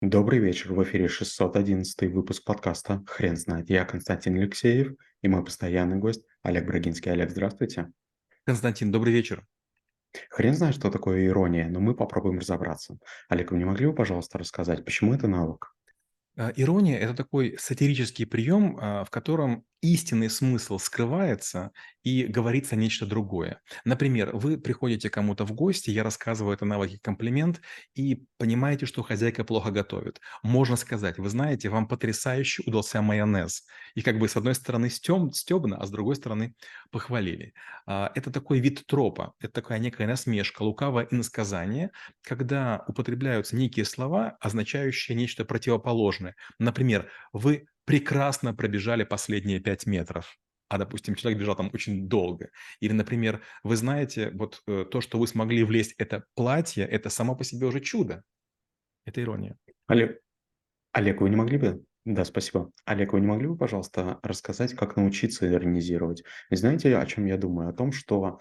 Добрый вечер. В эфире 611 выпуск подкаста «Хрен знает». Я Константин Алексеев и мой постоянный гость Олег Брагинский. Олег, здравствуйте. Константин, добрый вечер. Хрен знает, что такое ирония, но мы попробуем разобраться. Олег, вы не могли бы, пожалуйста, рассказать, почему это навык? Ирония – это такой сатирический прием, в котором истинный смысл скрывается и говорится нечто другое. Например, вы приходите к кому-то в гости, я рассказываю это навыке комплимент, и понимаете, что хозяйка плохо готовит. Можно сказать, вы знаете, вам потрясающе удался майонез. И как бы с одной стороны стебно, а с другой стороны похвалили. Это такой вид тропа, это такая некая насмешка, лукавое иносказание, когда употребляются некие слова, означающие нечто противоположное. Например, вы прекрасно пробежали последние 5 метров, а, допустим, человек бежал там очень долго. Или, например, вы знаете, вот то, что вы смогли влезть это платье, это само по себе уже чудо. Это ирония. Олег, Олег, вы не могли бы... Да, спасибо. Олег, вы не могли бы, пожалуйста, рассказать, как научиться иронизировать? Вы знаете, о чем я думаю? О том, что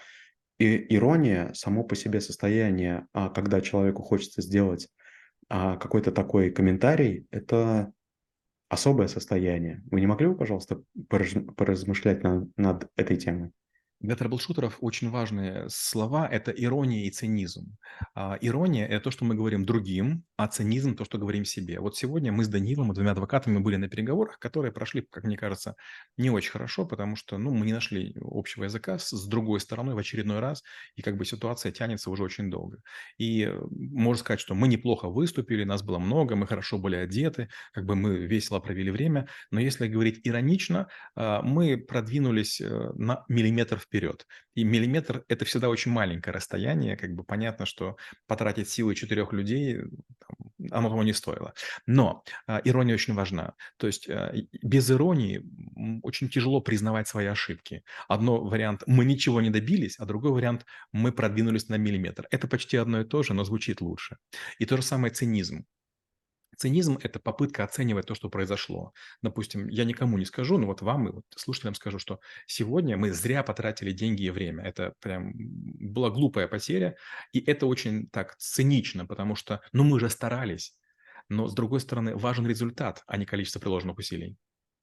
ирония само по себе состояние, когда человеку хочется сделать какой-то такой комментарий, это особое состояние. Вы не могли бы, пожалуйста, поразмышлять над этой темой? Для трэблшутеров очень важные слова – это ирония и цинизм. Ирония – это то, что мы говорим другим, а цинизм – то, что говорим себе. Вот сегодня мы с Данилом и двумя адвокатами были на переговорах, которые прошли, как мне кажется, не очень хорошо, потому что мы не нашли общего языка с другой стороной в очередной раз, и как бы ситуация тянется уже очень долго. И можно сказать, что мы неплохо выступили, нас было много, мы хорошо были одеты, как бы мы весело провели время, но если говорить иронично, мы продвинулись на миллиметр вперед. И миллиметр – это всегда очень маленькое расстояние. Как бы понятно, что потратить силы 4 людей оно того не стоило. Но ирония очень важна. То есть без иронии очень тяжело признавать свои ошибки. Одно вариант – мы ничего не добились, а другой вариант – мы продвинулись на миллиметр. Это почти одно и то же, но звучит лучше. И то же самое цинизм. Цинизм – это попытка оценивать то, что произошло. Допустим, я никому не скажу, но вот вам и вот слушателям скажу, что сегодня мы зря потратили деньги и время. Это прям была глупая потеря, и это очень так цинично, потому что, мы же старались. Но, с другой стороны, важен результат, а не количество приложенных усилий.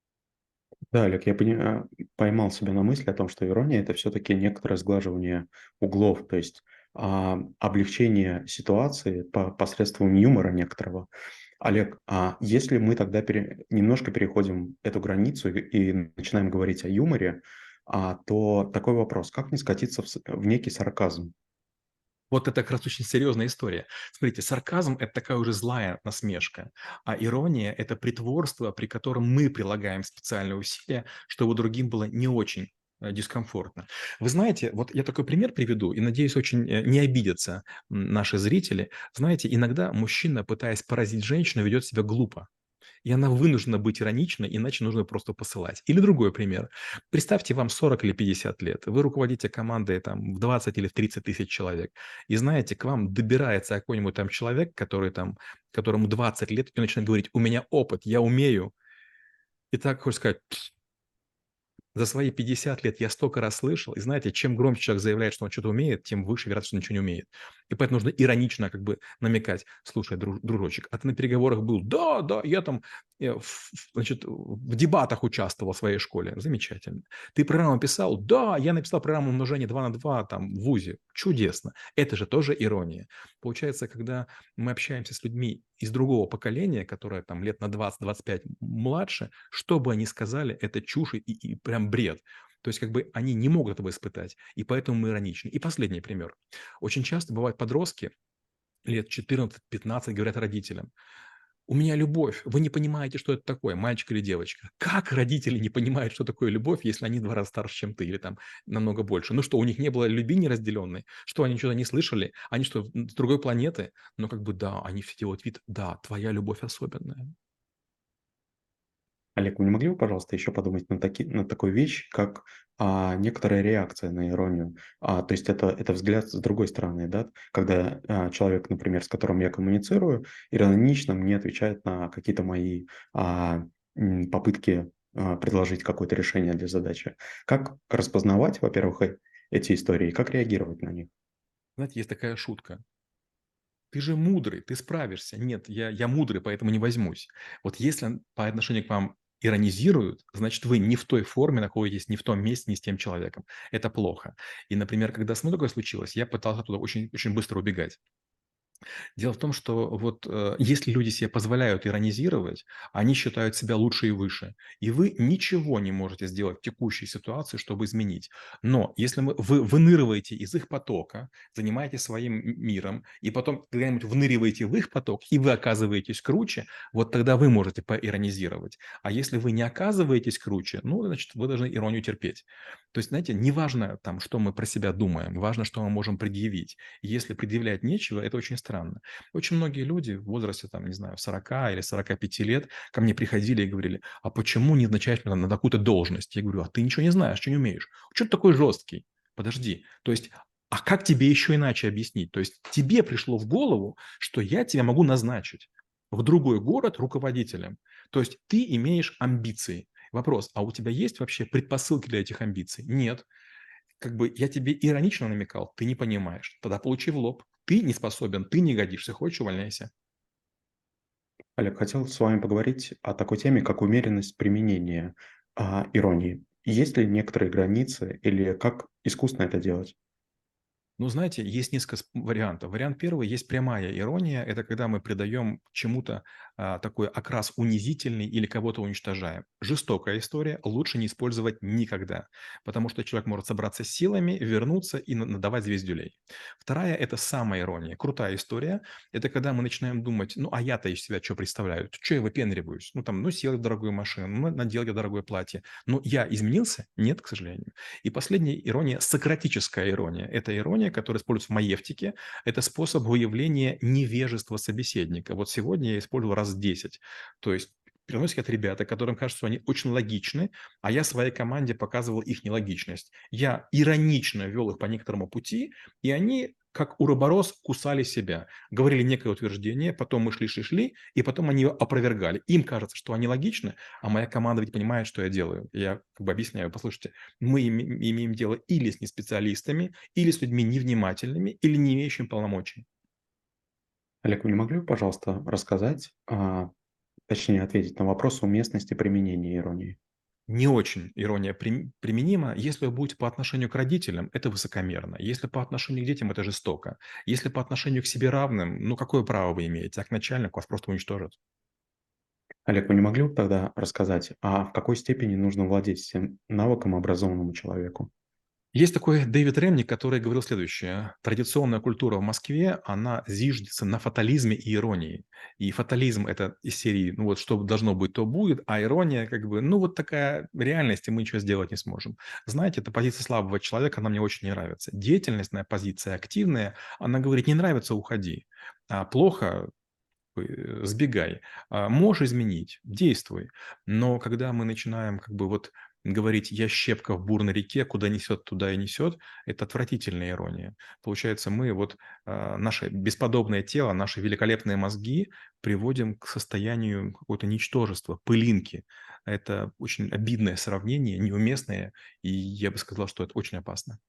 Да, Олег, я поймал себя на мысли о том, что ирония – это все-таки некоторое сглаживание углов, то есть облегчение ситуации посредством юмора некоторого. Олег, если мы тогда немножко переходим эту границу и начинаем говорить о юморе, то такой вопрос: как не скатиться в некий сарказм? Вот это как раз очень серьезная история. Смотрите, сарказм – это такая уже злая насмешка, а ирония – это притворство, при котором мы прилагаем специальные усилия, чтобы другим было не очень дискомфортно. Вы знаете, вот я такой пример приведу, и надеюсь, очень не обидятся наши зрители. Знаете, иногда мужчина, пытаясь поразить женщину, ведет себя глупо. И она вынуждена быть ироничной, иначе нужно просто посылать. Или другой пример. Представьте, вам 40 или 50 лет. Вы руководите командой там, в 20 или в 30 тысяч человек. И знаете, к вам добирается какой-нибудь там человек, которому 20 лет, и начинает говорить: у меня опыт, я умею. И так хочется сказать: за свои 50 лет я столько раз слышал, и знаете, чем громче человек заявляет, что он что-то умеет, тем выше вероятность, что он ничего не умеет. И поэтому нужно иронично как бы намекать: слушай, дружочек, а ты на переговорах был? Да, да, я там в дебатах участвовал в своей школе. Замечательно. Ты программу писал? Да, я написал программу умножения 2 на 2 там в ВУЗе. Чудесно. Это же тоже ирония. Получается, когда мы общаемся с людьми из другого поколения, которое там лет на 20-25 младше, что бы они сказали, это чушь и прям бред. То есть как бы они не могут этого испытать, и поэтому мы ироничны. И последний пример. Очень часто бывают подростки, лет 14-15, говорят родителям: у меня любовь, вы не понимаете, что это такое, мальчик или девочка. Как родители не понимают, что такое любовь, если они в 2 раза старше, чем ты, или там намного больше? Ну что, у них не было любви неразделенной? Что, они что-то не слышали? Они что, с другой планеты? Ну как бы да, они все делают вид: да, твоя любовь особенная. Олег, вы не могли бы, пожалуйста, еще подумать на такую вещь, как некоторая реакция на иронию? То есть это взгляд с другой стороны, да? Когда человек, например, с которым я коммуницирую, иронично мне отвечает на какие-то мои попытки предложить какое-то решение для задачи. Как распознавать, во-первых, эти истории, и как реагировать на них? Знаете, есть такая шутка. Ты же мудрый, ты справишься. Нет, я мудрый, поэтому не возьмусь. Вот если по отношению к вам иронизируют, значит, вы не в той форме находитесь, не в том месте, не с тем человеком. Это плохо. И, например, когда со мной такое случилось, я пытался туда очень, очень быстро убегать. Дело в том, что вот если люди себе позволяют иронизировать, они считают себя лучше и выше. И вы ничего не можете сделать в текущей ситуации, чтобы изменить. Но если вы выныриваете из их потока, занимаетесь своим миром, и потом когда-нибудь выныриваете в их поток, и вы оказываетесь круче, вот тогда вы можете поиронизировать. А если вы не оказываетесь круче, ну, значит, вы должны иронию терпеть. То есть, знаете, не важно, там, что мы про себя думаем, важно, что мы можем предъявить. Если предъявлять нечего, это очень странно. Очень многие люди в возрасте, там, не знаю, 40 или 45 лет ко мне приходили и говорили: а почему не назначаешь меня на такую-то должность? Я говорю: а ты ничего не знаешь, что не умеешь. Что ты такой жесткий? Подожди, то есть, а как тебе еще иначе объяснить? То есть тебе пришло в голову, что я тебя могу назначить в другой город руководителем. То есть ты имеешь амбиции. Вопрос: а у тебя есть вообще предпосылки для этих амбиций? Нет. Как бы я тебе иронично намекал, ты не понимаешь. Тогда получи в лоб. Ты не способен, ты не годишься, хочешь — увольняйся. Олег, хотел с вами поговорить о такой теме, как умеренность применения иронии. Есть ли некоторые границы или как искусно это делать? Ну, знаете, есть несколько вариантов. Вариант первый — есть прямая ирония. Это когда мы придаем чему-то такой окрас унизительный или кого-то уничтожаем. Жестокая история, лучше не использовать никогда, потому что человек может собраться с силами, вернуться и надавать звездюлей. Вторая — это самая ирония. Крутая история — это когда мы начинаем думать: ну, а я-то из себя что представляю? Что я выпендриваюсь? Ну, там, ну, сел я в дорогую машину, ну, надел я дорогое платье. Ну, я изменился? Нет, к сожалению. И последняя ирония — сократическая ирония. Это ирония, которая используется в маевтике. Это способ выявления невежества собеседника. Вот сегодня я использовал раз 10. То есть приносят ребята, которым кажется, что они очень логичны, а я своей команде показывал их нелогичность. Я иронично вел их по некоторому пути, и они, как уроборос, кусали себя. Говорили некое утверждение, потом мы шли-шли-шли, и потом они его опровергали. Им кажется, что они логичны, а моя команда ведь понимает, что я делаю. Я как бы объясняю: послушайте, мы имеем дело или с неспециалистами, или с людьми невнимательными, или не имеющими полномочий. Олег, вы не могли бы, пожалуйста, рассказать, точнее ответить на вопрос уместности применения иронии? Не очень ирония применима. Если вы будете по отношению к родителям — это высокомерно. Если по отношению к детям — это жестоко. Если по отношению к себе равным, ну какое право вы имеете? А к начальнику вас просто уничтожат. Олег, вы не могли бы тогда рассказать, в какой степени нужно владеть этим навыком образованному человеку? Есть такой Дэвид Ремник, который говорил следующее: традиционная культура в Москве, она зиждется на фатализме и иронии. И фатализм — это из серии, ну вот что должно быть, то будет, а ирония как бы, ну вот такая реальность, и мы ничего сделать не сможем. Знаете, эта позиция слабого человека, она мне очень не нравится. Деятельностная позиция, активная, она говорит: не нравится — уходи, а плохо — сбегай. Можешь изменить — действуй. Но когда мы начинаем как бы вот говорить: я щепка в бурной реке, куда несет, туда и несет — это отвратительная ирония. Получается, мы вот наше бесподобное тело, наши великолепные мозги приводим к состоянию какого-то ничтожества, пылинки. Это очень обидное сравнение, неуместное, и я бы сказал, что это очень опасно.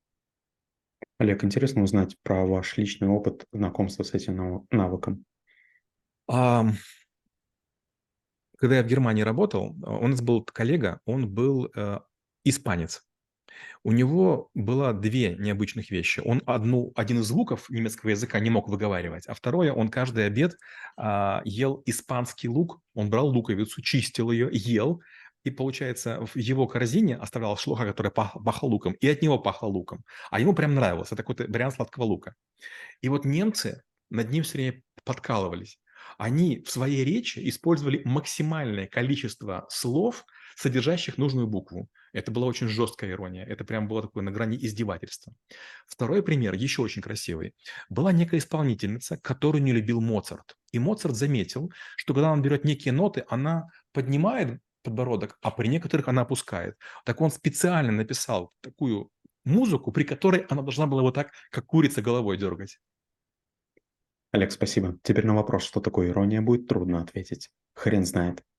Олег, интересно узнать про ваш личный опыт знакомства с этим навыком. Ам, Когда я в Германии работал, у нас был коллега, он был испанец. У него было 2 необычных вещи. Он один из звуков немецкого языка не мог выговаривать, а второе — он каждый обед ел испанский лук. Он брал луковицу, чистил ее, ел, и, получается, в его корзине оставалась шлоха, которая пахла луком, и от него пахло луком. А ему прям нравилось. Это какой-то вариант сладкого лука. И вот немцы над ним все время подкалывались. Они в своей речи использовали максимальное количество слов, содержащих нужную букву. Это была очень жесткая ирония. Это прям было такое на грани издевательства. Второй пример, еще очень красивый. Была некая исполнительница, которую не любил Моцарт. И Моцарт заметил, что когда он берет некие ноты, она поднимает подбородок, а при некоторых она опускает. Так он специально написал такую музыку, при которой она должна была вот так, как курица, головой дергать. Олег, спасибо. Теперь на вопрос, что такое ирония, будет трудно ответить. Хрен знает.